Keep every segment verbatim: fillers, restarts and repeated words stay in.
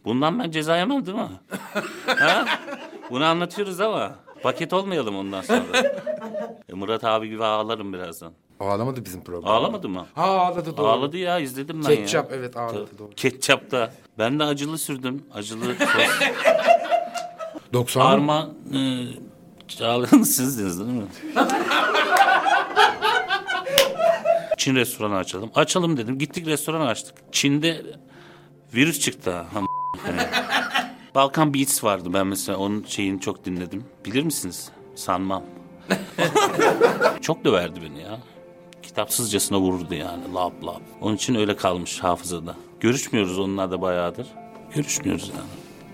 Bundan ben ceza yemem değil mi? Ha? Bunu anlatıyoruz ama paket olmayalım ondan sonra. E, Murat abi gibi ağlarım birazdan. Ağlamadı bizim program. Ağlamadı mı? Ha ağladı doğru. Ağladı ya, izledim ben Ketçap, ya. evet ağladı doğru. Ketçapta. Ben de acılı sürdüm. Acılı sos. doksan Arma... E, Çağlayan sizdiniz değil mi? Çin restoranı açalım. Açalım dedim. Gittik restoran açtık. Çin'de virüs çıktı. Ha, Balkan Beats vardı. Ben mesela onun şeyini çok dinledim. Bilir misiniz? Sanmam. Çok döverdi beni ya. Kitapsızcasına vururdu yani. Lap lap. Onun için öyle kalmış hafızada. Görüşmüyoruz onunla da bayağıdır. Görüşmüyoruz yani.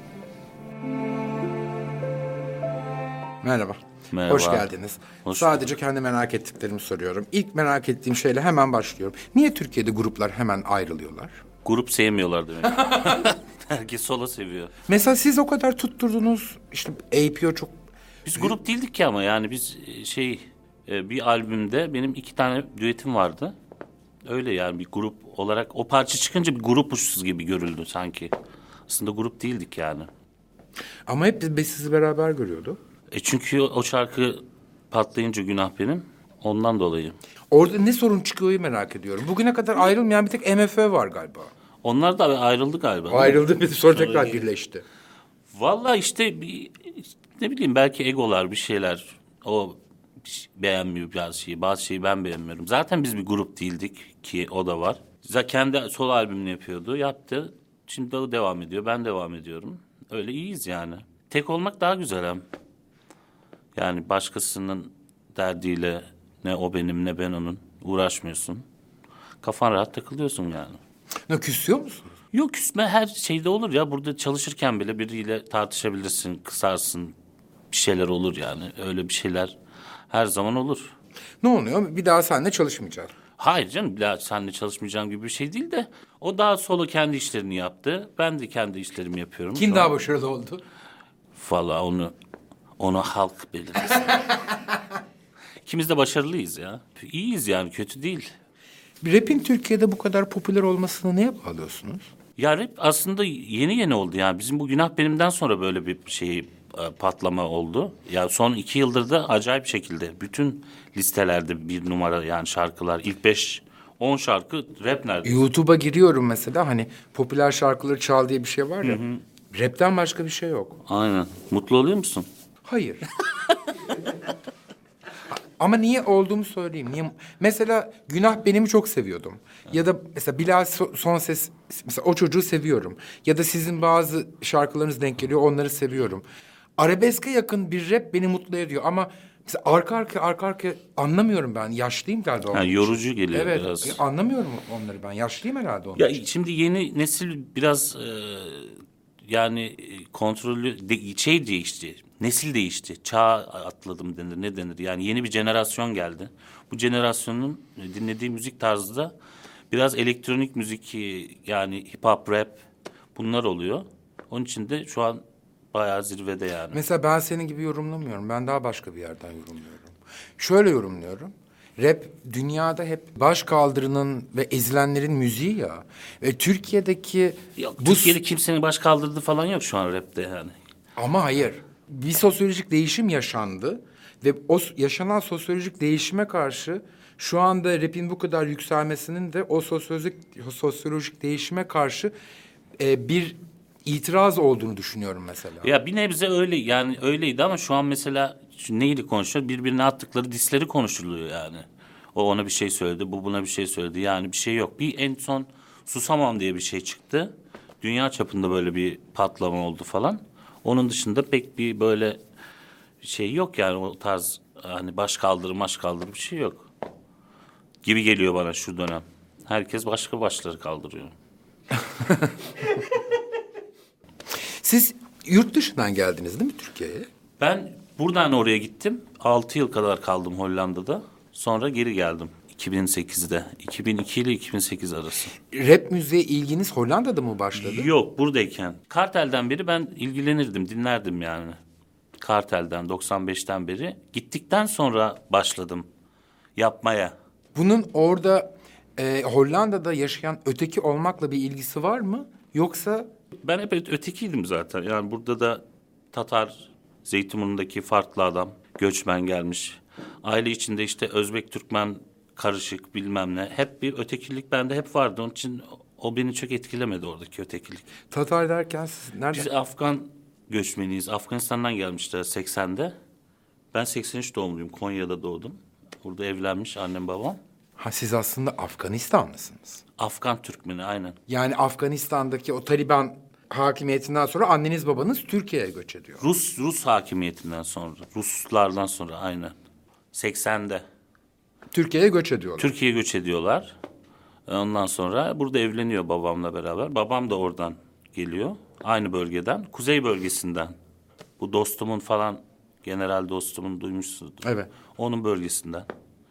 Merhaba. Merhaba. Hoş geldiniz. Hoş Sadece kendi merak ettiklerimi soruyorum. İlk merak ettiğim şeyle hemen başlıyorum. Niye Türkiye'de gruplar hemen ayrılıyorlar? Grup sevmiyorlar demek. Herkes solo seviyor. Mesela siz o kadar tutturdunuz. İşte A P O çok... Biz grup değildik ki ama yani biz şey bir albümde benim iki tane düetim vardı. Öyle yani bir grup olarak o parça çıkınca bir grupmuşuz gibi görüldü sanki. Aslında grup değildik yani. Ama hep biz, biz sizi beraber görüyorduk. E çünkü o şarkı patlayınca günah benim. Ondan dolayı. Orada ne sorun çıkıyor'yu merak ediyorum. Bugüne kadar ayrılmayan bir tek M F Ö var galiba. Onlar da ayrıldı galiba. Ayrıldı bir sonra tekrar birleşti. Vallahi işte bir, ne bileyim belki egolar bir şeyler. O beğenmiyor bazı şeyi. Bazı şeyi ben beğenmiyorum. Zaten biz bir grup değildik ki o da var. Zaten kendi solo albümünü yapıyordu. Yaptı. Şimdi o devam ediyor. Ben devam ediyorum. Öyle iyiyiz yani. Tek olmak daha güzel hem. Yani başkasının derdiyle ne o benim ne ben onun uğraşmıyorsun. Kafan rahat takılıyorsun yani. Ne küsüyor musunuz? Yok küsme her şeyde olur ya. Burada çalışırken bile biriyle tartışabilirsin, kısarsın. Bir şeyler olur yani. Öyle bir şeyler her zaman olur. Ne oluyor? Bir daha seninle çalışmayacağız. Hayır canım bir daha seninle çalışmayacağım gibi bir şey değil de o daha solo kendi işlerini yaptı. Ben de kendi işlerimi yapıyorum. Kim Şu daha an. başarılı oldu? Vallahi onu onu halk belirlesin. İkimiz de başarılıyız ya. İyiyiz yani kötü değil. Rap'in Türkiye'de bu kadar popüler olmasını neye bağlıyorsunuz? Ya rap aslında yeni yeni oldu yani. Bizim bu Günah Benim'den sonra böyle bir şey e, patlama oldu. Ya son iki yıldır da acayip şekilde bütün listelerde bir numara yani şarkılar ilk beş on şarkı rap nerede? YouTube'a giriyorum mesela hani popüler şarkıları çal diye bir şey var ya. Hı hı. Rap'ten başka bir şey yok. Aynen. Mutlu oluyor musun? Hayır. Ama niye olduğumu söyleyeyim. Niye? Mesela Günah Benim'i çok seviyordum. Ya da mesela Bilal So- Son Ses, mesela o çocuğu seviyorum. Ya da sizin bazı şarkılarınız denk geliyor, onları seviyorum. Arabeske yakın bir rap beni mutlu ediyor ama mesela arka arka arka arka anlamıyorum ben. Yaşlıyım galiba. Ha, yorucu geliyor evet, biraz. Evet, anlamıyorum onları ben. Yaşlıyım herhalde onun Ya için. şimdi yeni nesil biraz e, yani kontrolü de, şey değişti. Nesil değişti. Çağ atladım denir ne denir. Yani yeni bir jenerasyon geldi. Bu jenerasyonun dinlediği müzik tarzı da biraz elektronik müzik yani hip hop rap bunlar oluyor. Onun için de şu an bayağı zirvede yani. Mesela ben senin gibi yorumlamıyorum. Ben daha başka bir yerden yorumluyorum. Şöyle yorumluyorum. Rap dünyada hep baş kaldırının ve ezilenlerin müziği ya. Ve Türkiye'deki... Yok bu Türkiye'de kimsenin baş kaldırdığı falan yok şu an rapte yani. Ama hayır. Bir sosyolojik değişim yaşandı. Ve o yaşanan sosyolojik değişime karşı şu anda rap'in bu kadar yükselmesinin de o sosyolojik, sosyolojik değişime karşı e, bir itiraz olduğunu düşünüyorum mesela. Ya bir nebze öyle yani öyleydi ama şu an mesela şu neydi konuşuyor? Birbirine attıkları disleri konuşuluyor yani. O ona bir şey söyledi, bu buna bir şey söyledi. Yani bir şey yok. Bir en son Susamam diye bir şey çıktı. Dünya çapında böyle bir patlama oldu falan. Onun dışında pek bir böyle şey yok yani o tarz hani baş kaldırı baş kaldırı bir şey yok. Gibi geliyor bana şu dönem. Herkes başka başları kaldırıyor. Siz yurt dışından geldiniz değil mi Türkiye'ye? Ben buradan oraya gittim. Altı yıl kadar kaldım Hollanda'da. Sonra geri geldim iki bin sekizde. iki bin iki ile iki bin sekiz arası. Rap müziğe ilginiz Hollanda'da mı başladı? Yok buradayken. Kartel'den beri ben ilgilenirdim, dinlerdim yani. Kartel'den doksan beşten beri. Gittikten sonra başladım yapmaya. Bunun orada e, Hollanda'da yaşayan öteki olmakla bir ilgisi var mı? Yoksa Ben hep ötekiydim zaten. Yani burada da Tatar, Zeytinburnu'ndaki farklı adam, göçmen gelmiş. Aile içinde işte Özbek, Türkmen karışık bilmem ne. Hep bir ötekilik bende hep vardı. Onun için o beni çok etkilemedi oradaki ötekilik. Tatar derken siz nereden? Biz Afgan göçmeniyiz. Afganistan'dan gelmişler seksende. Ben seksen üç doğumluyum. Konya'da doğdum. Burada evlenmiş annem babam. Ha, siz aslında Afganistanlısınız. Afgan Türkmeni aynen. Yani Afganistan'daki o Taliban hakimiyetinden sonra anneniz babanız Türkiye'ye göç ediyor. Rus Rus hakimiyetinden sonra, Ruslardan sonra aynen. seksende Türkiye'ye göç ediyorlar. Türkiye'ye göç ediyorlar. Ondan sonra burada evleniyor babamla beraber. Babam da oradan geliyor. Aynı bölgeden, kuzey bölgesinden. Bu dostumun falan, general dostumun duymuşsunuzdur. Evet. Onun bölgesinden.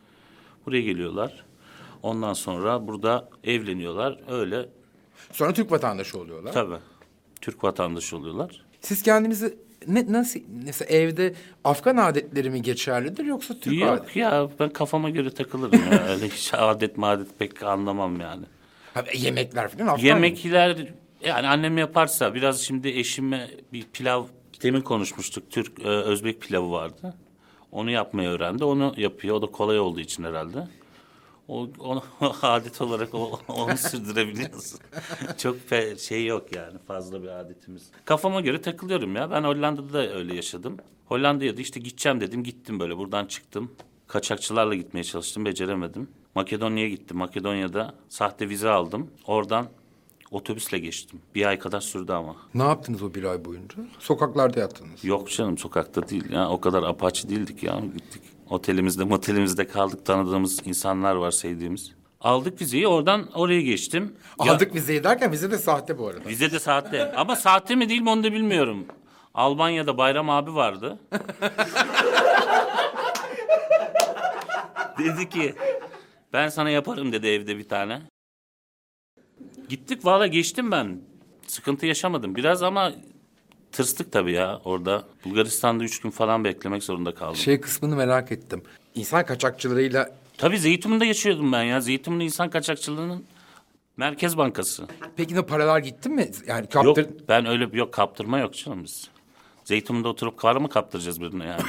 Buraya geliyorlar. Ondan sonra burada evleniyorlar. Öyle Sonra Türk vatandaşı oluyorlar. tabii Türk vatandaşı oluyorlar. Siz kendinizi ne, nasıl, mesela evde Afgan adetleri mi geçerlidir yoksa Türk Yok adetleri? ya ben kafama göre takılırım ya. Öyle hiç adet madet pek anlamam yani. Ha, yemekler falan Afgan. Yemekler yani annem yaparsa biraz şimdi eşime bir pilav demin konuşmuştuk. Türk e, Özbek pilavı vardı. Onu yapmayı öğrendi. Onu yapıyor. O da kolay olduğu için herhalde. O onu adet olarak o, onu sürdürebiliyoruz. Çok fe- şey yok yani fazla bir adetimiz. Kafama göre takılıyorum ya. Ben Hollanda'da da öyle yaşadım. Hollanda'ya da işte gideceğim dedim. Gittim böyle buradan çıktım. Kaçakçılarla gitmeye çalıştım. Beceremedim. Makedonya'ya gittim. Makedonya'da sahte vize aldım. Oradan otobüsle geçtim. Bir ay kadar sürdü ama. Ne yaptınız o bir ay boyunca? Sokaklarda yattınız. Yok canım sokakta değil ya. O kadar apaçı değildik ya. Gittik. Otelimizde motelimizde kaldık. Tanıdığımız insanlar var sevdiğimiz. Aldık vizeyi oradan oraya geçtim. Ya- Aldık vizeyi derken vize de sahte bu arada. Vize de sahte. Ama sahte mi değil mi onu da bilmiyorum. Almanya'da Bayram abi vardı. Dedi ki ben sana yaparım dedi evde bir tane. Gittik valla geçtim ben. Sıkıntı yaşamadım. Biraz ama tırstık tabii ya orada. Bulgaristan'da üç gün falan beklemek zorunda kaldım. Şey kısmını merak ettim. İnsan kaçakçılarıyla Tabii Zeytinburnu'nda yaşıyordum ben ya. Zeytinburnu insan kaçakçılığının Merkez Bankası. peki ne paralar gitti mi? Yani Yok kaptır... ben öyle yok kaptırma yok canım biz. Zeytinburnu'da oturup para mı kaptıracağız birine yani?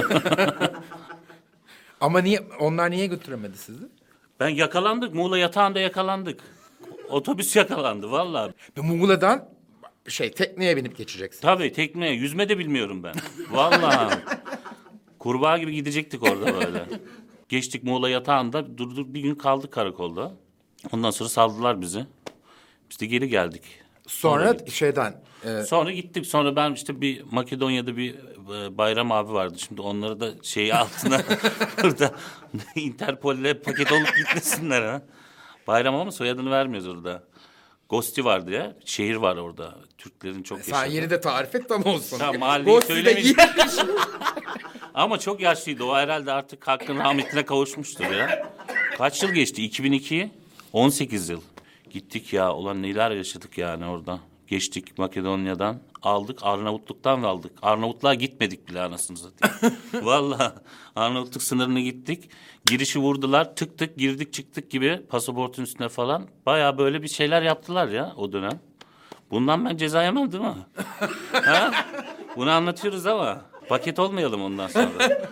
Ama niye onlar niye götüremedi sizi? Ben yakalandık. Muğla yatağında yakalandık. Otobüs yakalandı vallahi. Ve Muğla'dan şey tekneye binip geçeceksin. Tabii tekneye. Yüzme de bilmiyorum ben. Vallahi. Kurbağa gibi gidecektik orada böyle. Geçtik Muğla yatağında. Durduk bir gün kaldık karakolda. Ondan sonra saldılar bizi. Biz de geri geldik. Sonra gittik. şeyden e, Sonra gittik. Sonra ben işte bir Makedonya'da bir e, Bayram abi vardı. Şimdi onları da şeyi altına burada Interpol'le paket olup gitmesinler ha. Bayram ama soyadını vermiyoruz orada. Gosti vardı ya. Şehir var orada. Türklerin çok sen yaşadığı. yeri de tarif et tam olsun. Tamam, mahalleyi Gosti'de söylemeyeyim. yer- Ama çok yaşlıydı. O herhalde artık hakkın rahmetine kavuşmuştur ya. Kaç yıl geçti? iki bin iki. on sekiz yıl. Gittik ya. Ulan neler yaşadık yani orada. Geçtik Makedonya'dan. Aldık. Arnavutluk'tan da aldık. Arnavutluğa gitmedik bile anasını satayım. Vallahi Arnavutluk sınırına gittik. Girişi vurdular. Tık tık girdik çıktık gibi pasaportun üstüne falan. Bayağı böyle bir şeyler yaptılar ya o dönem. Bundan ben ceza yemem değil mi? Ha? Bunu anlatıyoruz ama paket olmayalım ondan sonra.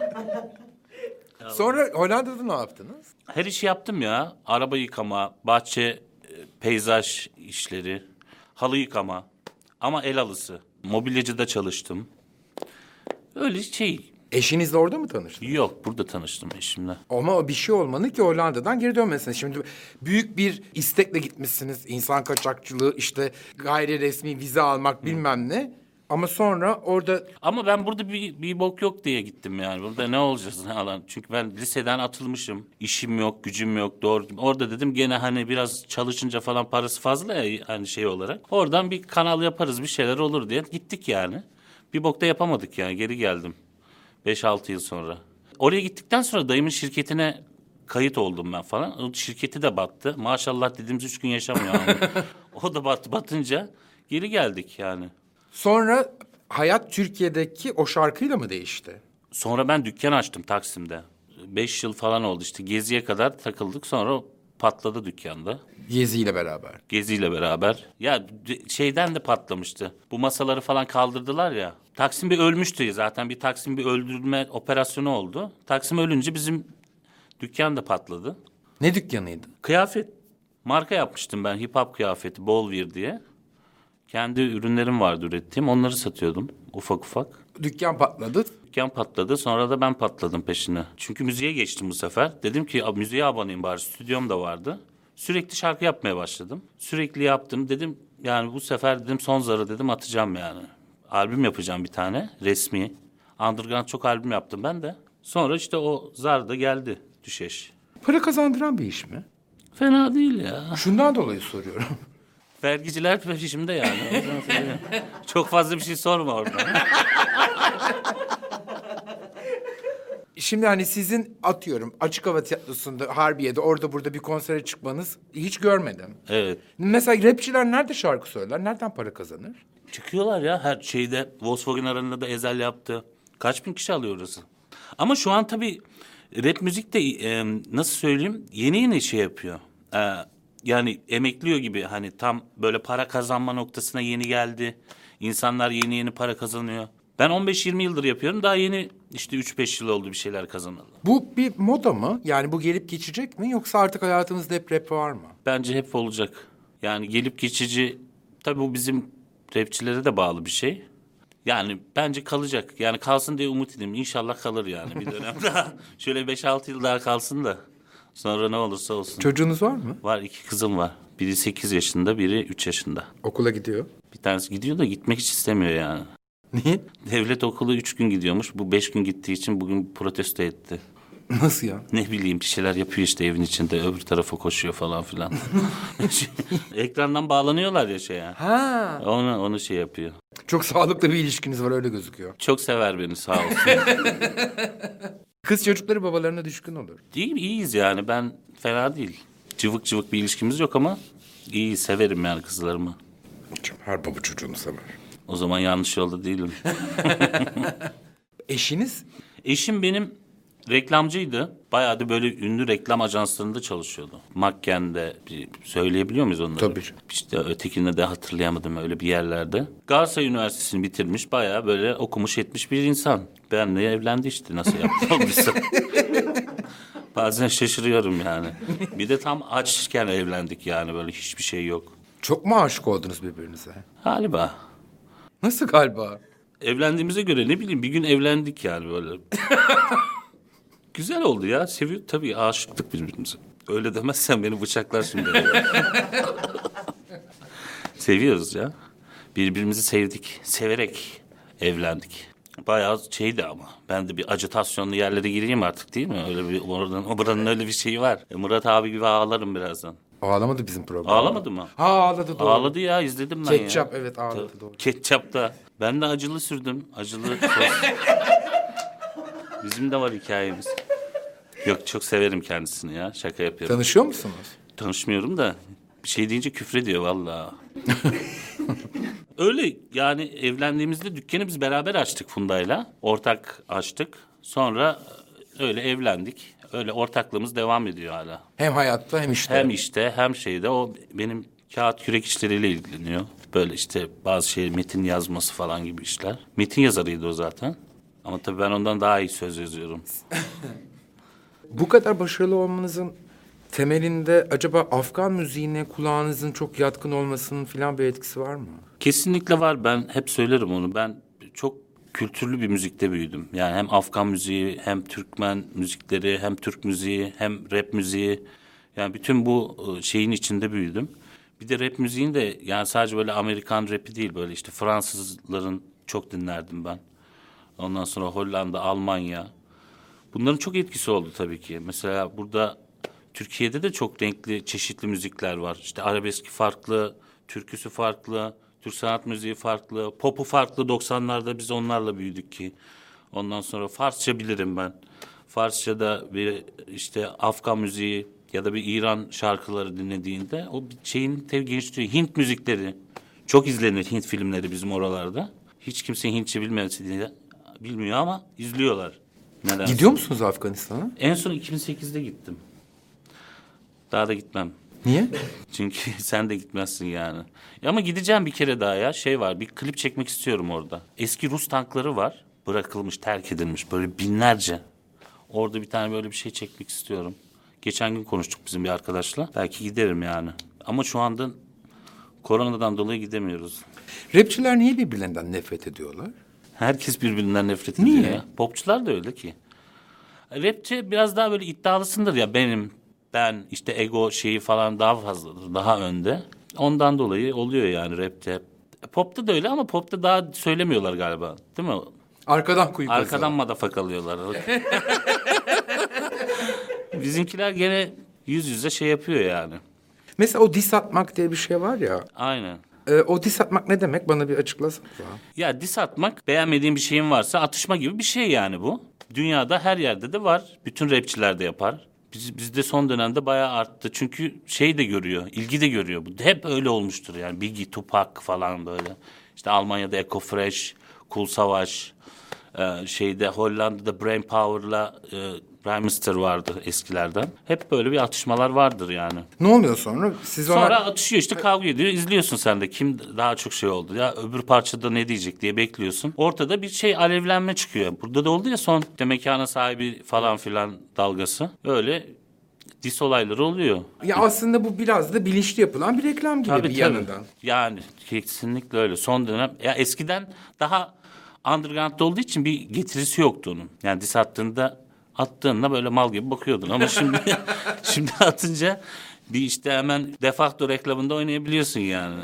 Sonra Hollanda'da ne yaptınız? Her işi yaptım ya. Araba yıkama, bahçe, e, peyzaj işleri, halı yıkama. Ama el halısı. Mobilyacıda çalıştım. Öyle şey. Eşinizle orada mı tanıştınız? Yok burada tanıştım eşimle. Ama o bir şey olmalı ki Hollanda'dan geri dönmesiniz. Şimdi büyük bir istekle gitmişsiniz. İnsan kaçakçılığı, işte gayri resmi vize almak bilmem ne. Ama sonra orada Ama ben burada bir, bir bok yok diye gittim yani. Burada ne olacağız ne alan. Çünkü ben liseden atılmışım. İşim yok, gücüm yok. Doğru. Orada dedim gene hani biraz çalışınca falan parası fazla ya hani şey olarak. Oradan bir kanal yaparız bir şeyler olur diye gittik yani. Bir bok da yapamadık yani geri geldim. Beş altı yıl sonra. Oraya gittikten sonra dayımın şirketine kayıt oldum ben falan. O şirketi de battı. Maşallah dediğimiz üç gün yaşamıyor. Yani. O da battı batınca geri geldik yani. sonra hayat Türkiye'deki o şarkıyla mı değişti? Sonra ben dükkan açtım Taksim'de. Beş yıl falan oldu işte. Geziye kadar takıldık. Sonra patladı dükkanda. Gezi ile beraber. Geziyle beraber. Ya d- şeyden de patlamıştı. Bu masaları falan kaldırdılar ya. Taksim bir ölmüştü zaten. Bir Taksim bir öldürme operasyonu oldu. Taksim ölünce bizim dükkan da patladı. Ne dükkanıydı? Kıyafet. Marka yapmıştım ben. Hip hop kıyafeti. Bolwear diye. Kendi ürünlerim vardı ürettiğim. Onları satıyordum ufak ufak. Dükkan patladı. Dükkan patladı. Sonra da ben patladım peşine. Çünkü müziğe geçtim bu sefer. Dedim ki "A, müziğe aboneyim bari." Stüdyom da vardı. Sürekli şarkı yapmaya başladım. Sürekli yaptım. Dedim yani bu sefer dedim son zarı dedim atacağım yani. Albüm yapacağım bir tane resmi. Underground çok albüm yaptım ben de. Sonra işte o zar da geldi düşeş. Para kazandıran bir iş mi? Fena değil ya. Şundan dolayı soruyorum. Vergiciler peşimde yani. O yüzden söyleyeyim. Çok fazla bir şey sorma orada. Şimdi hani sizin atıyorum açık hava tiyatrosunda Harbiye'de orada burada bir konsere çıkmanız hiç görmedim. Evet. Mesela rapçiler nerede şarkı söyler? Nereden para kazanır? Çıkıyorlar ya her şeyde. Volkswagen Arena'da da Ezel yaptı. Kaç bin kişi alıyor orası. Ama şu an tabii rap müzik de e, nasıl söyleyeyim yeni yeni şey yapıyor. E, yani emekliyor gibi hani tam böyle para kazanma noktasına yeni geldi. İnsanlar yeni yeni para kazanıyor. Ben on beş yirmi yıldır yapıyorum. Daha yeni işte üç beş yıl oldu bir şeyler kazanalı. Bu bir moda mı? Yani bu gelip geçecek mi? Yoksa artık hayatımızda hep rap var mı? Bence hep olacak. Yani gelip geçici tabii bu bizim rapçilere de bağlı bir şey. Yani bence kalacak. Yani kalsın diye umut edeyim. İnşallah kalır yani bir dönem daha. Şöyle beş altı yıl daha kalsın da sonra ne olursa olsun. Çocuğunuz var mı? Var iki kızım var. Biri sekiz yaşında, biri üç yaşında. Okula gidiyor. Bir tanesi gidiyor da gitmek hiç istemiyor yani. Niye? Devlet okulu üç gün gidiyormuş. Bu beş gün gittiği için bugün protesto etti. Nasıl ya? Ne bileyim bir şeyler yapıyor işte evin içinde. Öbür tarafa koşuyor falan filan. Ekrandan bağlanıyorlar ya şeye. Ha. Onu, onu şey yapıyor. Çok sağlıklı bir ilişkiniz var öyle gözüküyor. Çok sever beni sağ olsun. Kız çocukları babalarına düşkün olur. Değil iyiyiz yani ben fena değil. Cıvık cıvık bir ilişkimiz yok ama iyi severim yani kızlarımı. Her baba çocuğunu sever. O zaman yanlış yolda değilim. Eşiniz? Eşim benim reklamcıydı. Bayağı da böyle ünlü reklam ajanslarında çalışıyordu. Makken'de bir söyleyebiliyor muyuz onları? Tabii. İşte ötekini de hatırlayamadım öyle bir yerlerde. Galatasaray Üniversitesi'ni bitirmiş bayağı böyle okumuş etmiş bir insan. Benle evlendi işte nasıl yaptı olduysa. Bazen şaşırıyorum yani. Bir de tam açken evlendik yani böyle hiçbir şey yok. Çok mu aşık oldunuz birbirinize? Galiba. Nasıl galiba? Evlendiğimize göre ne bileyim bir gün evlendik yani böyle. Güzel oldu ya. Seviyor tabii aşıktık birbirimize. Öyle demezsen beni bıçaklar şimdi. Seviyoruz ya. Birbirimizi sevdik. Severek evlendik. Bayağı şeydi ama. Ben de bir acitasyonlu yerlere gireyim artık değil mi? Öyle bir oradan buranın öyle bir şeyi var. E, Murat abi gibi ağlarım birazdan. Ağlamadı bizim program. Ağlamadı mı? Ha ağladı doğru. Ağladı ya izledim ben ya. Ketçap evet ağladı doğru. Ketçap da. Ben de acılı sürdüm. Acılı sos. Bizim de var hikayemiz. Yok çok severim kendisini ya. Şaka yapıyorum. Tanışıyor musunuz? Tanışmıyorum da bir şey deyince küfrediyor vallahi. Öyle yani evlendiğimizde dükkanı biz beraber açtık Funda'yla. Ortak açtık. Sonra öyle evlendik. Öyle ortaklığımız devam ediyor hala. Hem hayatta hem işte. Hem işte hem şeyde o benim kağıt kürek işleriyle ilgileniyor. Böyle işte bazı şey metin yazması falan gibi işler. Metin yazarıydı o zaten. Ama tabii ben ondan daha iyi söz yazıyorum. Bu kadar başarılı olmanızın temelinde acaba Afgan müziğine kulağınızın çok yatkın olmasının falan bir etkisi var mı? Kesinlikle var. Ben hep söylerim onu. Ben çok kültürlü bir müzikte büyüdüm. Yani hem Afgan müziği, hem Türkmen müzikleri, hem Türk müziği, hem rap müziği. Yani bütün bu şeyin içinde büyüdüm. Bir de rap müziğin de yani sadece böyle Amerikan rapi değil böyle işte Fransızların çok dinlerdim ben. Ondan sonra Hollanda, Almanya. Bunların çok etkisi oldu tabii ki. Mesela burada Türkiye'de de çok renkli, çeşitli müzikler var. İşte arabeski farklı, türküsü farklı, Türk sanat müziği farklı, popu farklı. doksanlarda biz onlarla büyüdük ki. Ondan sonra Farsça bilirim ben. Farsça'da bir işte Afgan müziği ya da bir İran şarkıları dinlediğinde o şeyin tabii genişliyor. Hint müzikleri çok izlenir, Hint filmleri bizim oralarda. Hiç kimse Hintçe bilmesi diye bilmiyor ama izliyorlar. Nedense. Gidiyor musunuz Afganistan'a? En son iki bin sekizde gittim. Daha da gitmem. Niye? Çünkü sen de gitmezsin yani. Ya ama gideceğim bir kere daha ya. Şey var, bir klip çekmek istiyorum orada. Eski Rus tankları var. Bırakılmış, terk edilmiş böyle binlerce. Orada bir tane böyle bir şey çekmek istiyorum. Geçen gün konuştuk bizim bir arkadaşla. Belki giderim yani. Ama şu anda koronadan dolayı gidemiyoruz. Rapçiler niye birbirlerinden nefret ediyorlar? Herkes birbirinden nefret ediyor Niye? ya. Popçular da öyle ki. Rapçi biraz daha böyle iddialısındır ya, benim, ben, işte ego şeyi falan daha fazladır, daha önde. Ondan dolayı oluyor yani rapte. Pop'ta da öyle ama pop'ta daha söylemiyorlar galiba, değil mi? Arkadan kuyu kazıyor. Arkadan madafak alıyorlar. Bizimkiler gene yüz yüze şey yapıyor yani. Mesela o diss atmak diye bir şey var ya. Aynen. E, o diss atmak ne demek? Bana bir açıklasana. Ya diss atmak, beğenmediğin bir şeyin varsa atışma gibi bir şey yani bu. Dünyada her yerde de var. Bütün rapçiler de yapar. Biz, bizde son dönemde bayağı arttı. Çünkü şey de görüyor, ilgi de görüyor. Bu hep öyle olmuştur yani. Biggie, Tupac falan böyle. İşte Almanya'da Eko Fresh, Cool Savage, e, şeyde Hollanda'da Brain Power'la e, Rhymister vardı eskilerden. Hep böyle bir atışmalar vardır yani. Ne oluyor sonra? Siz ona... Sonra atışıyor işte, kavga ediyor. İzliyorsun sen de kim daha çok şey oldu. Ya öbür parçada ne diyecek diye bekliyorsun. Ortada bir şey, alevlenme çıkıyor. Burada da oldu ya son de mekana sahibi falan filan dalgası. Öyle dis olayları oluyor. Ya aslında bu biraz da bilinçli yapılan bir reklam gibi Tabii, bir tabii. yanından. Yani kesinlikle öyle. Son dönem ya eskiden daha underground olduğu için bir getirisi yoktu onun. Yani dis attığında attığında böyle mal gibi bakıyordun ama şimdi şimdi atınca bir işte hemen Defacto reklamında oynayabiliyorsun yani.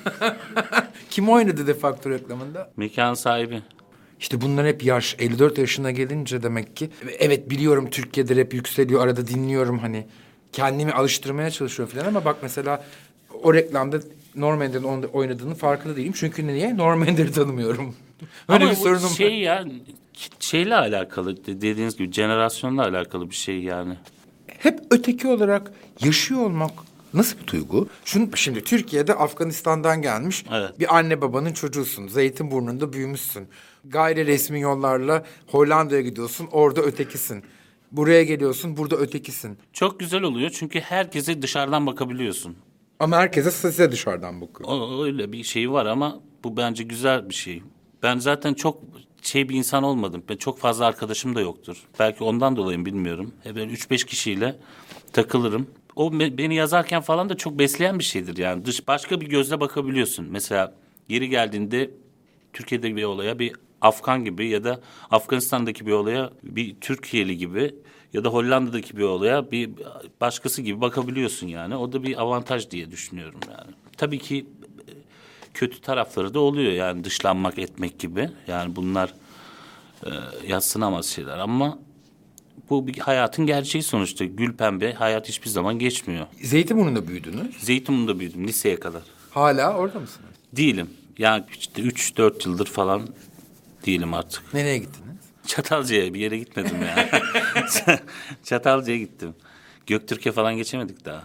Kim oynadı Defacto reklamında? Mekan sahibi. İşte bunlar hep yaş. elli dört yaşına gelince demek ki. Evet biliyorum Türkiye'de rap yükseliyor. Arada dinliyorum hani. Kendimi alıştırmaya çalışıyorum falan ama bak mesela o reklamda Norm Ender'in oynadığının farkında değilim. Çünkü niye? Norm Ender'i tanımıyorum. Öyle Ama bir bu sorunum şey var. ya, şeyle alakalı, dediğiniz gibi jenerasyonla alakalı bir şey yani. Hep öteki olarak yaşıyor olmak nasıl bir duygu? Şunu, şimdi Türkiye'de Afganistan'dan gelmiş Evet. bir anne babanın çocuğusun. Zeytinburnu'nda büyümüşsün. Gayri resmi yollarla Hollanda'ya gidiyorsun, orada ötekisin. Buraya geliyorsun, burada ötekisin. Çok güzel oluyor çünkü herkese dışarıdan bakabiliyorsun. Ama herkese size dışarıdan bakıyor. O, öyle bir şey var ama bu bence güzel bir şey. Ben zaten çok şey bir insan olmadım. Ben çok fazla arkadaşım da yoktur. Belki ondan dolayı bilmiyorum. Hep böyle üç beş kişiyle takılırım. O me- beni yazarken falan da çok besleyen bir şeydir yani. Dış başka bir gözle bakabiliyorsun. Mesela yeri geldiğinde Türkiye'de bir olaya bir Afgan gibi ya da Afganistan'daki bir olaya bir Türkiye'li gibi ya da Hollanda'daki bir olaya bir başkası gibi bakabiliyorsun yani. O da bir avantaj diye düşünüyorum yani. Tabii ki kötü tarafları da oluyor yani, dışlanmak etmek gibi. Yani bunlar e, yadsınamaz şeyler ama bu bir hayatın gerçeği sonuçta. Gül pembe hayat hiçbir zaman geçmiyor. Zeytinburnu'nda büyüdünüz. Zeytinburnu'nda büyüdüm liseye kadar. Hala orada mısınız? Değilim. Yani işte üç dört yıldır falan değilim artık. Nereye gittiniz? Çatalca'ya bir yere gitmedim ya. Çatalca'ya gittim. Göktürk'e falan geçemedik daha.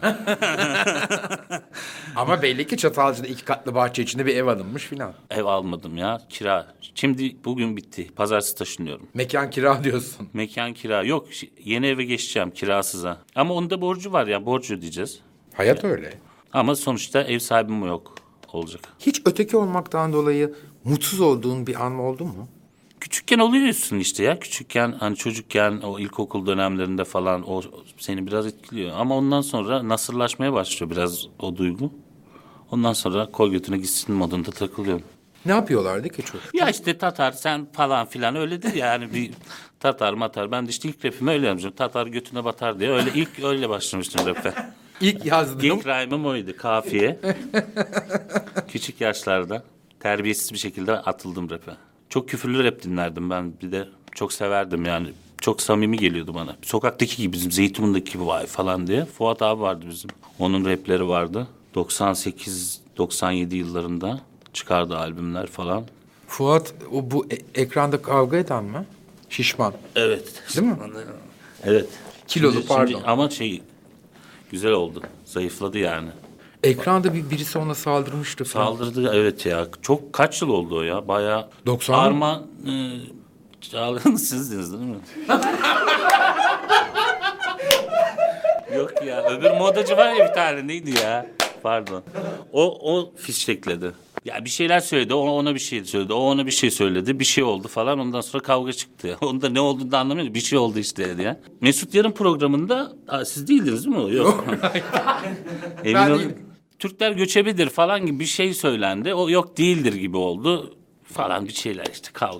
Ama belli ki Çatalca'da iki katlı bahçe içinde bir ev alınmış filan. Ev almadım ya, kira. Şimdi bugün bitti. Pazartesi taşınıyorum. Mekan kira diyorsun. Mekan kira. Yok, yeni eve geçeceğim kirasıza. Ama onda borcu var ya, borcu ödeyeceğiz. Hayat öyle. Ama sonuçta ev sahibim yok olacak. Hiç öteki olmaktan dolayı mutsuz olduğun bir an oldu mu? Küçükken oluyorsun işte ya. Küçükken hani çocukken o ilkokul dönemlerinde falan o seni biraz etkiliyor. Ama ondan sonra nasırlaşmaya başlıyor biraz o duygu. Ondan sonra koy götüne gitsin modunda takılıyorum. Ne yapıyorlardı ki çocuk? Ya işte Tatar sen falan filan öyledir ya, yani bir Tatar matar. Ben de işte ilk rapimi öyle yapmışım. Tatar götüne batar diye öyle ilk öyle başlamıştım rap'e. İlk yazdığım... İlk rhyme'ım oydu, kafiye. Küçük yaşlarda terbiyesiz bir şekilde atıldım rap'e. Çok küfürlü rap dinlerdim ben, bir de çok severdim yani. Çok samimi geliyordu bana. Sokaktaki gibi, bizim Zeytinburnu'ndaki gibi vay falan diye. Fuat abi vardı bizim. Onun rapleri vardı. doksan sekiz doksan yedi yıllarında çıkardı albümler falan. Fuat o bu e- ekranda kavga eden mi? Şişman. Evet. Değil mi? Evet. Kilolu, Şimdi- pardon. şimdi ama şey güzel oldu. Zayıfladı yani. Ekranda bir birisi ona saldırmıştı falan. Saldırdı evet ya. Çok kaç yıl oldu o ya? Bayağı. doksan mı? Arma e, Çağlayan sizdiniz değil mi? Yok ya. Öbür modacı var ya bir tane. Neydi ya? Pardon. O, o fiştekledi. Ya bir şeyler söyledi. O ona bir şey söyledi. O ona bir şey söyledi. Bir şey oldu falan. Ondan sonra kavga çıktı. Onda ne olduğunu da anlamıyorum. Bir şey oldu işte diye. Mesut Yarın programında aa, siz değildiniz mi o? Yok. Emin Ben olun. değilim. Türkler göçebilir falan gibi bir şey söylendi. O yok değildir gibi oldu. Falan bir şeyler işte kaldı.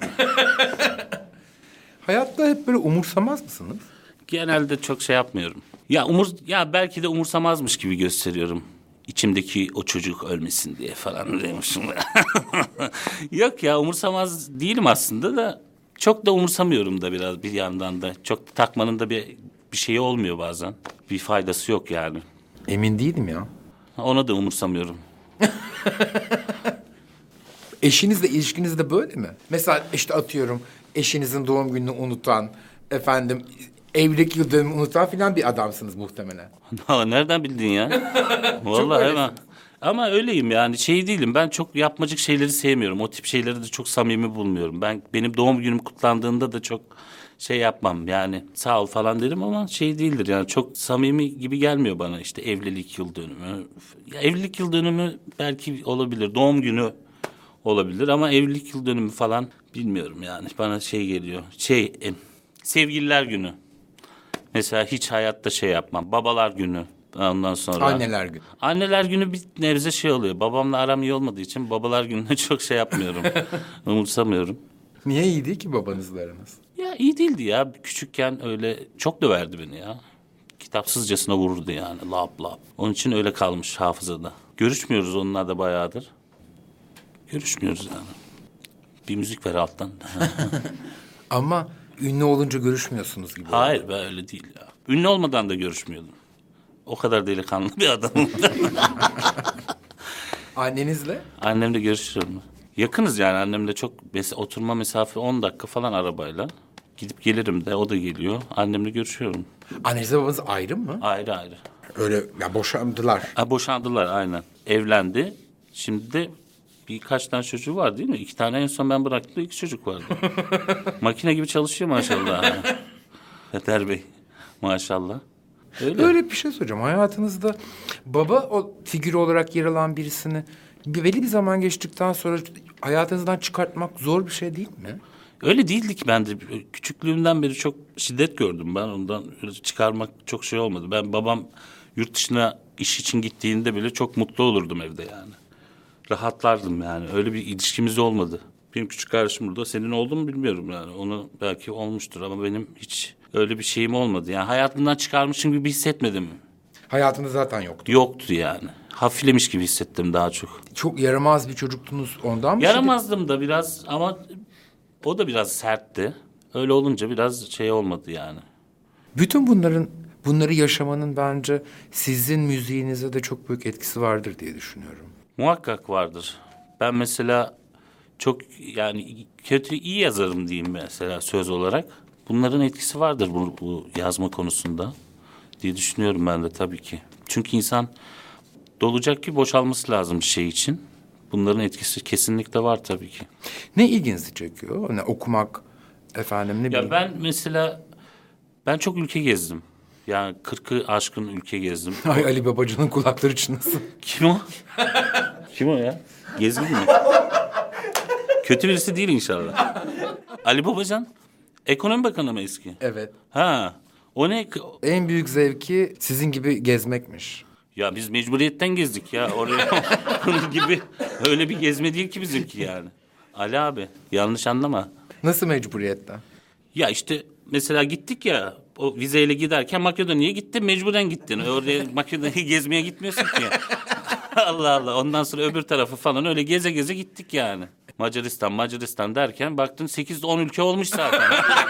Hayatta hep böyle umursamaz mısınız? Genelde çok şey yapmıyorum. Ya umur ya belki de umursamazmış gibi gösteriyorum. İçimdeki o çocuk ölmesin diye falan demişim. Yok ya umursamaz değilim aslında da çok da umursamıyorum da biraz bir yandan da. Çok takmanın da bir bir şeyi olmuyor bazen. Bir faydası yok yani. Emin değilim ya. Ona da umursamıyorum. Eşinizle ilişkiniz de böyle mi? Mesela işte atıyorum eşinizin doğum gününü unutan, efendim evlilik yıl dönümünü unutan filan bir adamsınız muhtemelen. Nereden bildin ya? Vallahi öylesin. hemen. Ama öyleyim yani şey değilim. Ben çok yapmacık şeyleri sevmiyorum. O tip şeyleri de çok samimi bulmuyorum. Ben benim doğum günüm kutlandığında da çok şey yapmam. Yani sağ ol falan derim ama şey değildir yani çok samimi gibi gelmiyor bana işte evlilik yıl dönümü. Ya evlilik yıl dönümü belki olabilir. Doğum günü olabilir ama evlilik yıl dönümü falan bilmiyorum yani. Bana şey geliyor. Şey e, sevgililer günü. Mesela hiç hayatta şey yapmam. Babalar günü. Ondan sonra. Anneler günü. Anneler günü bir nebze şey oluyor. Babamla aram iyi olmadığı için babalar gününe çok şey yapmıyorum. Umursamıyorum. Niye iyi değil ki babanızla aranız? Ya iyi değildi ya. Küçükken öyle çok döverdi beni ya. Kitapsızcasına vururdu yani. Lap lap. Onun için öyle kalmış hafızada. Görüşmüyoruz onunla da bayağıdır. Görüşmüyoruz yani. Bir müzik ver alttan. Ama ünlü olunca görüşmüyorsunuz gibi. Hayır ben öyle değil ya. Ünlü olmadan da görüşmüyordum. O kadar delikanlı bir adamım. Annenizle? Annemle görüşüyorum. Yakınız yani annemle çok mes- oturma mesafe on dakika falan arabayla. Gidip gelirim de o da geliyor. Annemle görüşüyorum. Annenizle babanız ayrı mı? Ayrı ayrı. Öyle ya boşandılar. Ha, boşandılar aynen. Evlendi. Şimdi de birkaç tane çocuğu var değil mi? İki tane en son ben bıraktım iki çocuk vardı. Makine gibi çalışıyor maşallah. Peter Bey maşallah. Öyle. Öyle bir şey soracağım. Hayatınızda baba o figürü olarak yer alan birisini bir belli bir zaman geçtikten sonra hayatınızdan çıkartmak zor bir şey değil mi? Öyle değildik ben de. Küçüklüğümden beri çok şiddet gördüm ben. Ondan öyle çıkarmak çok şey olmadı. Ben babam yurt dışına iş için gittiğinde bile çok mutlu olurdum evde yani. Rahatlardım yani. Öyle bir ilişkimiz olmadı. Benim küçük kardeşim burada. Senin oldu mu bilmiyorum yani. Onu belki olmuştur ama benim hiç öyle bir şeyim olmadı. Yani hayatımdan çıkarmışım gibi hissetmedim. Hayatınızda zaten yoktu. Yoktu yani. Hafiflemiş gibi hissettim daha çok. Çok yaramaz bir çocuktunuz ondan mı? Yaramazdım da biraz ama o da biraz sertti. Öyle olunca biraz şey olmadı yani. Bütün bunların bunları yaşamanın bence sizin müziğinize de çok büyük etkisi vardır diye düşünüyorum. Muhakkak vardır. Ben mesela çok yani kötü iyi yazarım diyeyim mesela söz olarak. Bunların etkisi vardır bu, bu yazma konusunda diye düşünüyorum ben de tabii ki. Çünkü insan dolacak ki boşalması lazım bir şey için. Bunların etkisi kesinlikle var tabii ki. Ne ilginizi çekiyor? Hani okumak, efendim ne bileyim. Ya ben mesela ben çok ülke gezdim. Yani kırkı aşkın ülke gezdim. Ay Ali Babacan'ın kulakları çınlasın. Kim o? Kim o ya? Gezgin mi? Kötü birisi değil inşallah. Ali Babacan, ekonomi bakanı mı eski? Evet. Ha, o ne? En büyük zevki sizin gibi gezmekmiş. Ya biz mecburiyetten gezdik ya oraya. Onun gibi öyle bir gezme değil ki bizimki yani. Ali abi, yanlış anlama. Nasıl mecburiyetten? Ya işte mesela gittik ya o vizeyle giderken Makedonya'ya gittin mecburen gittin. Oraya Makedonya'yı gezmeye gitmiyorsun ki. Allah Allah ondan sonra öbür tarafı falan öyle geze geze gittik yani. Macaristan Macaristan derken baktın sekiz on ülke olmuş zaten.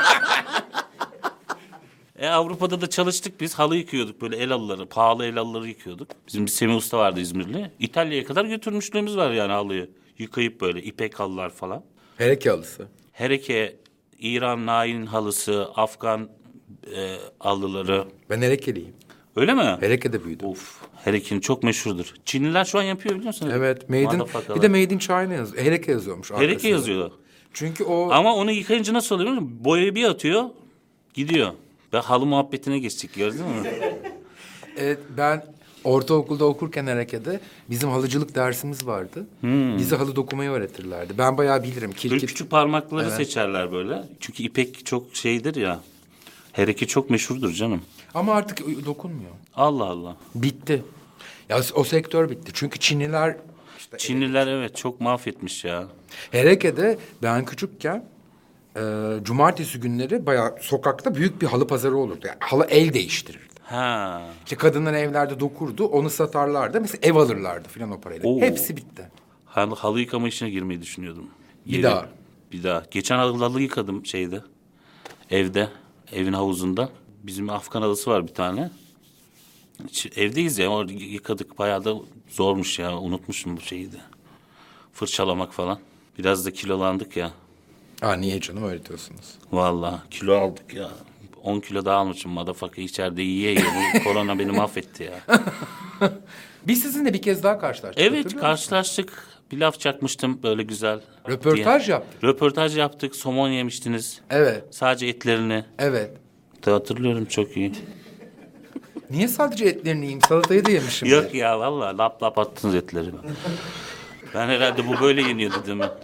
E Avrupa'da da çalıştık biz halı yıkıyorduk böyle el halıları pahalı el halıları yıkıyorduk. Bizim bir Semih Usta vardı İzmirli. İtalya'ya kadar götürmüşlüğümüz var yani halıyı. Yıkayıp böyle ipek halılar falan. Hereke halısı. Hereke, İran Nail'in halısı, Afgan e, halıları. Ben Herekeliyim. Öyle mi? Hereke'de büyüdüm. Of, Hereke'nin çok meşhurdur. Çinliler şu an yapıyor biliyor musun? Evet, Made in, Motherfucker'lar. bir de Made in China yazıyor. Hereke yazıyormuş arkasında. Hereke yazıyor. Çünkü o Ama onu yıkayınca nasıl oluyor biliyor musun? Boyayı bir atıyor, gidiyor. Ve halı muhabbetine geçtik gördün mü? Evet, ben ortaokulda okurken Ereke'de bizim halıcılık dersimiz vardı. Hmm. Bize halı dokumayı öğretirlerdi. Ben bayağı bilirim. Kirkit. Böyle küçük parmakları Evet. seçerler böyle. Çünkü ipek çok şeydir ya. Hereke çok meşhurdur canım. Ama artık dokunmuyor. Allah Allah. Bitti. Ya o sektör bitti. Çünkü Çinliler... işte Çinliler evet çok mahvetmiş ya. Hereke'de ben küçükken e, cumartesi günleri bayağı sokakta büyük bir halı pazarı olurdu. Yani halı el değiştirirdi. Ha. İşte kadınlar evlerde dokurdu, onu satarlardı. Mesela ev alırlardı filan o parayla. Oo. Hepsi bitti. Halı, halı yıkama işine girmeyi düşünüyordum. Bir Yeri- daha. Bir daha. Geçen halı, halı yıkadım şeyde. Evde. Evin havuzunda. Bizim Afgan halısı var bir tane. Hiç- Evdeyiz ya. Orada yıkadık. Bayağı da zormuş ya. Unutmuşum bu şeyi de. Fırçalamak falan. Biraz da kilolandık ya. Aa, niye canım öyle diyorsunuz? Vallahi kilo aldık ya. On kilo daha almışım. Motherfucker içeride yiye yiye. Bu korona beni mahvetti ya. Biz sizinle bir kez daha karşılaştık. Evet hatırlıyor musun? karşılaştık. Bir laf çakmıştım böyle güzel. Röportaj diye. yaptık. Röportaj yaptık. Somon yemiştiniz. Evet, Sadece etlerini. evet. De hatırlıyorum çok iyi. Niye sadece etlerini yiyeyim? Salatayı da yemişim. Yok ya vallahi lap lap attınız etleri. Ben herhalde bu böyle yeniyordu değil mi?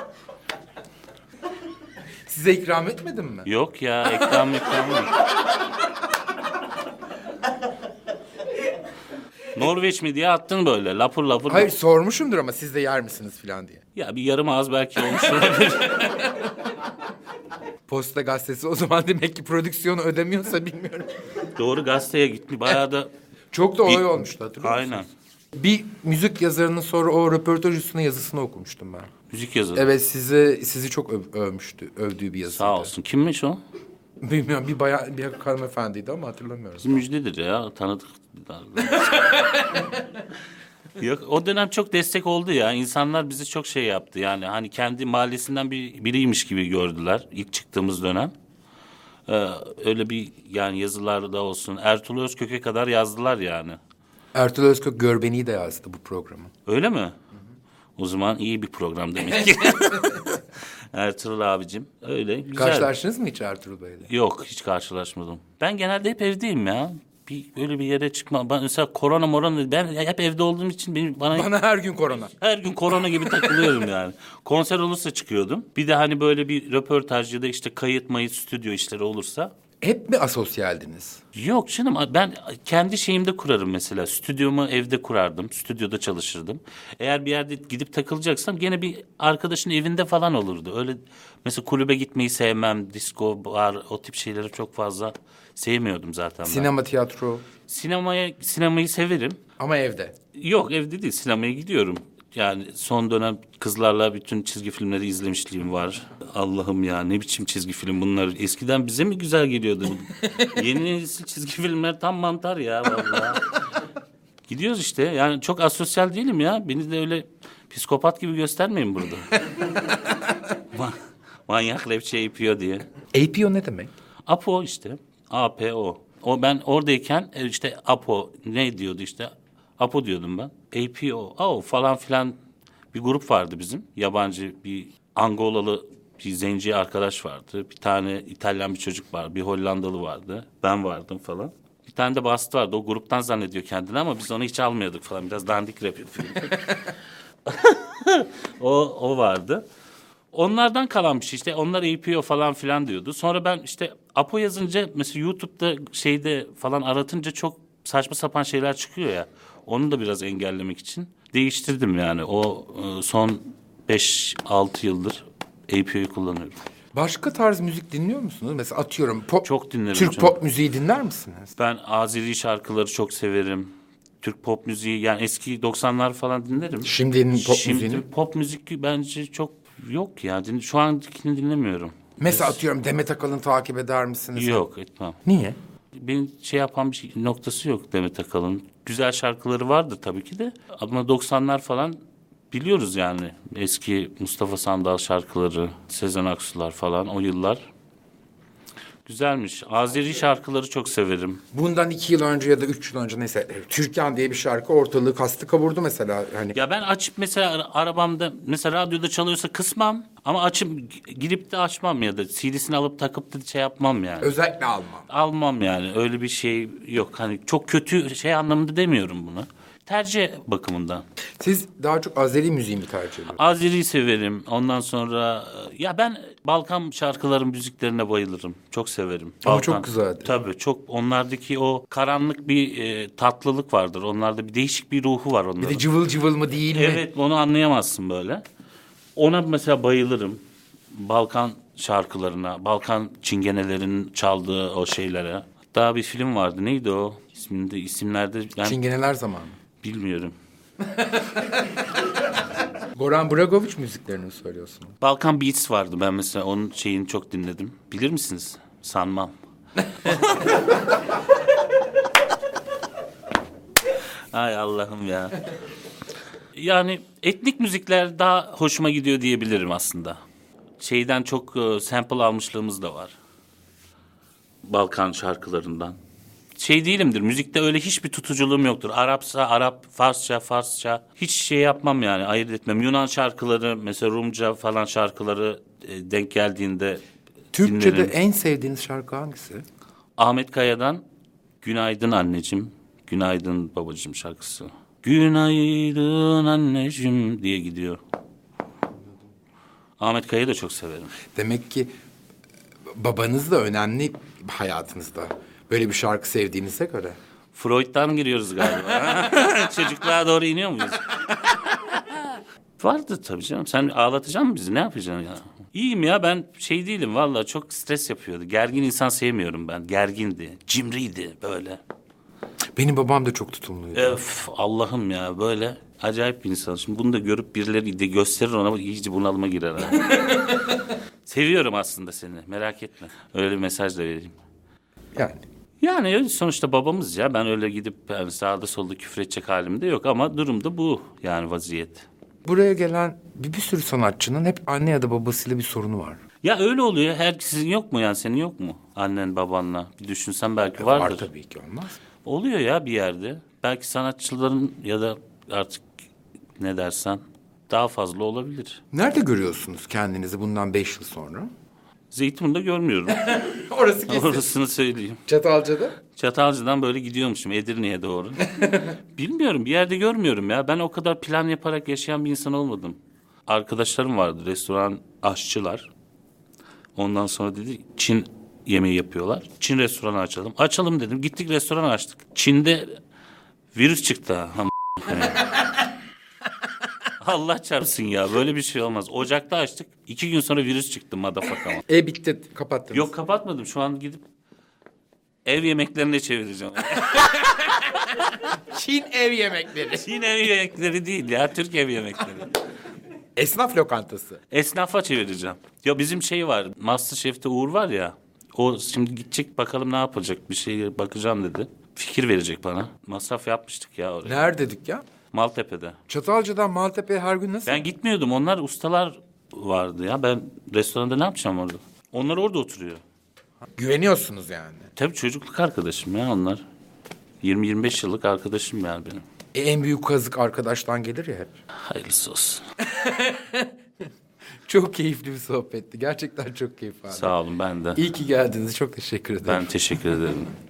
Size ikram etmedim mi? Yok ya ekran ekran yok. Norveç mi diye attın böyle lapur lapur. Hayır, sormuşumdur ama siz de yer misiniz falan diye. Ya bir yarım ağız belki olmuş olabilir. Posta gazetesi o zaman demek ki prodüksiyonu ödemiyorsa bilmiyorum. Doğru gazeteye gitti. Bayağı da Çok da olay Bir- olmuştu, hatırlıyor musunuz? aynen. Bir müzik yazarının sonra o röportaj üstüne yazısını okumuştum ben. Müzik yazarı. Evet, sizi sizi çok öv- övmüştü, övdüğü bir yazıydı. Sağ olsun. Kimmiş o? Bilmiyorum, bir bayağı bir hanımefendiydi ama hatırlamıyoruz. Müjdedir ya. Tanıdık. Yok o dönem çok destek oldu ya. İnsanlar bizi çok şey yaptı. Yani hani kendi mahallesinden bir biriymiş gibi gördüler ilk çıktığımız dönem. Ee, öyle bir yani yazılarda olsun. Ertuğrul Özkök'e kadar yazdılar yani. Ertuğrul Özkök Görbeni'yi de yazdı bu programı. Öyle mi? O zaman iyi bir program demek ki. Ertuğrul abicim. Öyle güzel. Karşılaştınız mı hiç Ertuğrul Bey'le? Yok hiç karşılaşmadım. Ben genelde hep evdeyim ya. Bir öyle bir yere çıkma. Ben mesela korona morona ben hep evde olduğum için benim bana, Bana her gün korona. her gün korona gibi takılıyorum yani. Konser olursa çıkıyordum. Bir de hani böyle bir röportaj ya da işte kayıt mayıt stüdyo işleri olursa. Hep mi asosyaldiniz? Yok canım ben kendi şeyimde kurarım mesela. Stüdyomu evde kurardım. Stüdyoda çalışırdım. Eğer bir yerde gidip takılacaksam gene bir arkadaşın evinde falan olurdu. Öyle mesela kulübe gitmeyi sevmem. Disco, bar o tip şeyleri çok fazla sevmiyordum zaten ben. Sinema, tiyatro Sinemaya, sinemayı severim. ama evde. Yok evde değil sinemaya gidiyorum. Yani son dönem kızlarla bütün çizgi filmleri izlemişliğim var. Allah'ım ya ne biçim çizgi film bunlar. Eskiden bize mi güzel geliyordu? Yeni nesil çizgi filmler tam mantar ya vallahi. Gidiyoruz işte yani çok asosyal değilim ya. Beni de öyle psikopat gibi göstermeyin burada. Ma- Manyak rapçi yapıyor diye. A P O ne demek? Apo işte. A P O. O ben oradayken e, işte Apo ne diyordu işte. Apo diyordum ben. A P O. Oh, falan filan bir grup vardı bizim. Yabancı bir Angolalı bir zenci arkadaş vardı. Bir tane İtalyan bir çocuk var. Bir Hollandalı vardı. Ben vardım falan. Bir tane de bastı vardı. O gruptan zannediyor kendini ama biz onu hiç almıyorduk falan. Biraz dandik rap yapıyorduk. o, o vardı. Onlardan kalan bir şey işte onlar A P O falan filan diyordu. Sonra ben işte Apo yazınca mesela YouTube'da şeyde falan aratınca çok saçma sapan şeyler çıkıyor ya. Onu da biraz engellemek için değiştirdim yani. O e, son beş altı yıldır A P O'yu kullanıyorum. Başka tarz müzik dinliyor musunuz? Mesela atıyorum pop, Çok dinlerim, Türk çok. pop müziği dinler misiniz? Ben Azeri şarkıları çok severim. Türk pop müziği yani eski doksanlar falan dinlerim. Şimdinin pop Şimdi müziğini? pop müzik bence çok yok ya. Din- Şu ankini dinlemiyorum. Mesela atıyorum Demet Akalın takip eder misiniz? Yok etmem. Niye? Benim şey yapan bir şey, noktası yok Demet Akalın. Güzel şarkıları vardı tabii ki de. Ama doksanlar falan biliyoruz yani. Eski Mustafa Sandal şarkıları, Sezen Aksu'lar falan o yıllar. Güzelmiş. Azeri şarkıları çok severim. Bundan iki yıl önce ya da üç yıl önce neyse Türkan diye bir şarkı ortalığı kastı kavurdu mesela. Hani Ya ben açıp mesela arabamda mesela radyoda çalıyorsa kısmam ama açıp girip de açmam ya da C D'sini alıp takıp da şey yapmam yani. özellikle almam. Almam yani öyle bir şey yok. Hani çok kötü şey anlamında demiyorum bunu. Tercih bakımından. Siz daha çok Azeri müziği mi tercih ediyorsunuz? Azeri'yi severim. Ondan sonra ya ben Balkan şarkıların müziklerine bayılırım. Çok severim. Ama Balkan, çok güzeldi. Tabii çok onlardaki o karanlık bir e, tatlılık vardır. Onlarda bir değişik bir ruhu var onların. Bir de cıvıl cıvıl mı değil mi? Evet onu anlayamazsın böyle. Ona mesela bayılırım. Balkan şarkılarına, Balkan çingenelerinin çaldığı o şeylere. Daha bir film vardı. Neydi o? İsminde isimlerde ben Çingeneler zamanı. bilmiyorum. Goran Bregovic müziklerini mi söylüyorsunuz? Balkan Beats vardı. Ben mesela onun şeyini çok dinledim. Bilir misiniz? Sanmam. Ay Allah'ım ya. Yani etnik müzikler daha hoşuma gidiyor diyebilirim aslında. Şeyden çok e, sample almışlığımız da var. Balkan şarkılarından. Şey değilimdir, müzikte öyle hiçbir tutuculuğum yoktur. Arapsa Arap, Farsça, Farsça. Hiç şey yapmam yani, ayırt etmem. Yunan şarkıları, mesela Rumca falan şarkıları e, denk geldiğinde Türkçe'de dinlerim. en sevdiğiniz şarkı hangisi? Ahmet Kaya'dan Günaydın Anneciğim, Günaydın Babacığım şarkısı. Günaydın anneciğim diye gidiyor. Ahmet Kaya'yı da çok severim. Demek ki babanız da önemli hayatınızda. Böyle bir şarkı sevdiğinize göre. Freud'dan giriyoruz galiba. Çocukluğa doğru iniyor muyuz? Vardı tabii canım. Sen ağlatacaksın mı bizi? Ne yapacaksın ya? İyiyim ya, ben şey değilim vallahi, çok stres yapıyordu. Gergin insan sevmiyorum ben. Gergindi, cimriydi böyle. Benim babam da çok tutumluydu. Öf Allah'ım ya, böyle acayip bir insan. Şimdi bunu da görüp birileri de gösterir ona, iyice bunalıma girer. Ha. Seviyorum aslında seni, merak etme. Öyle bir mesaj da vereyim. Yani. Yani öyle sonuçta babamız ya. Ben öyle gidip yani sağda solda küfür edecek halim de yok ama durum da bu yani, vaziyet. Buraya gelen bir, bir sürü sanatçının hep anne ya da babasıyla bir sorunu var. Ya öyle oluyor. Herkesin yok mu yani, senin yok mu? Annen babanla bir düşünsen belki vardır. Var tabii ki, olmaz. Oluyor ya bir yerde. Belki sanatçıların ya da artık ne dersen daha fazla olabilir. Nerede görüyorsunuz kendinizi bundan beş yıl sonra? Zeytinburnu'nda görmüyorum. Orası kesin. Orasını söyleyeyim. Çatalca'da? Çatalca'dan böyle gidiyormuşum Edirne'ye doğru. Bilmiyorum, bir yerde görmüyorum ya. Ben o kadar plan yaparak yaşayan bir insan olmadım. Arkadaşlarım vardı, restoran aşçılar. Ondan sonra dedi Çin yemeği yapıyorlar. Çin restoranı açalım. Açalım dedim. Gittik restoran açtık. Çin'de virüs çıktı. Ha, Allah çarpsın ya, böyle bir şey olmaz. Ocakta açtık. İki gün sonra virüs çıktı motherfucker'ma. E bitti, kapattınız. Yok kapatmadım. Şu an gidip ev yemeklerine çevireceğim. Çin ev yemekleri. Çin ev yemekleri değil ya, Türk ev yemekleri. Esnaf lokantası. Esnafa çevireceğim. Ya bizim şey var, MasterChef'te Uğur var ya. O şimdi gidecek, bakalım ne yapacak, bir şeye bakacağım dedi. Fikir verecek bana. Masraf yapmıştık ya oraya. Nerede dükkan? Maltepe'de. Çatalca'dan Maltepe'ye her gün nasıl? Ben gitmiyordum. Onlar ustalar vardı ya. Ben restoranda ne yapacağım orada? Onlar orada oturuyor. Güveniyorsunuz yani. Tabii çocukluk arkadaşım ya onlar. yirmi yirmi beş yıllık arkadaşım yani benim. E, en büyük kazık arkadaştan gelir ya hep. Hayırlısı olsun. Çok keyifli bir sohbetti. Gerçekten çok keyif aldım. Sağ olun, ben de. İyi ki geldiniz. Çok teşekkür ederim. Ben teşekkür ederim.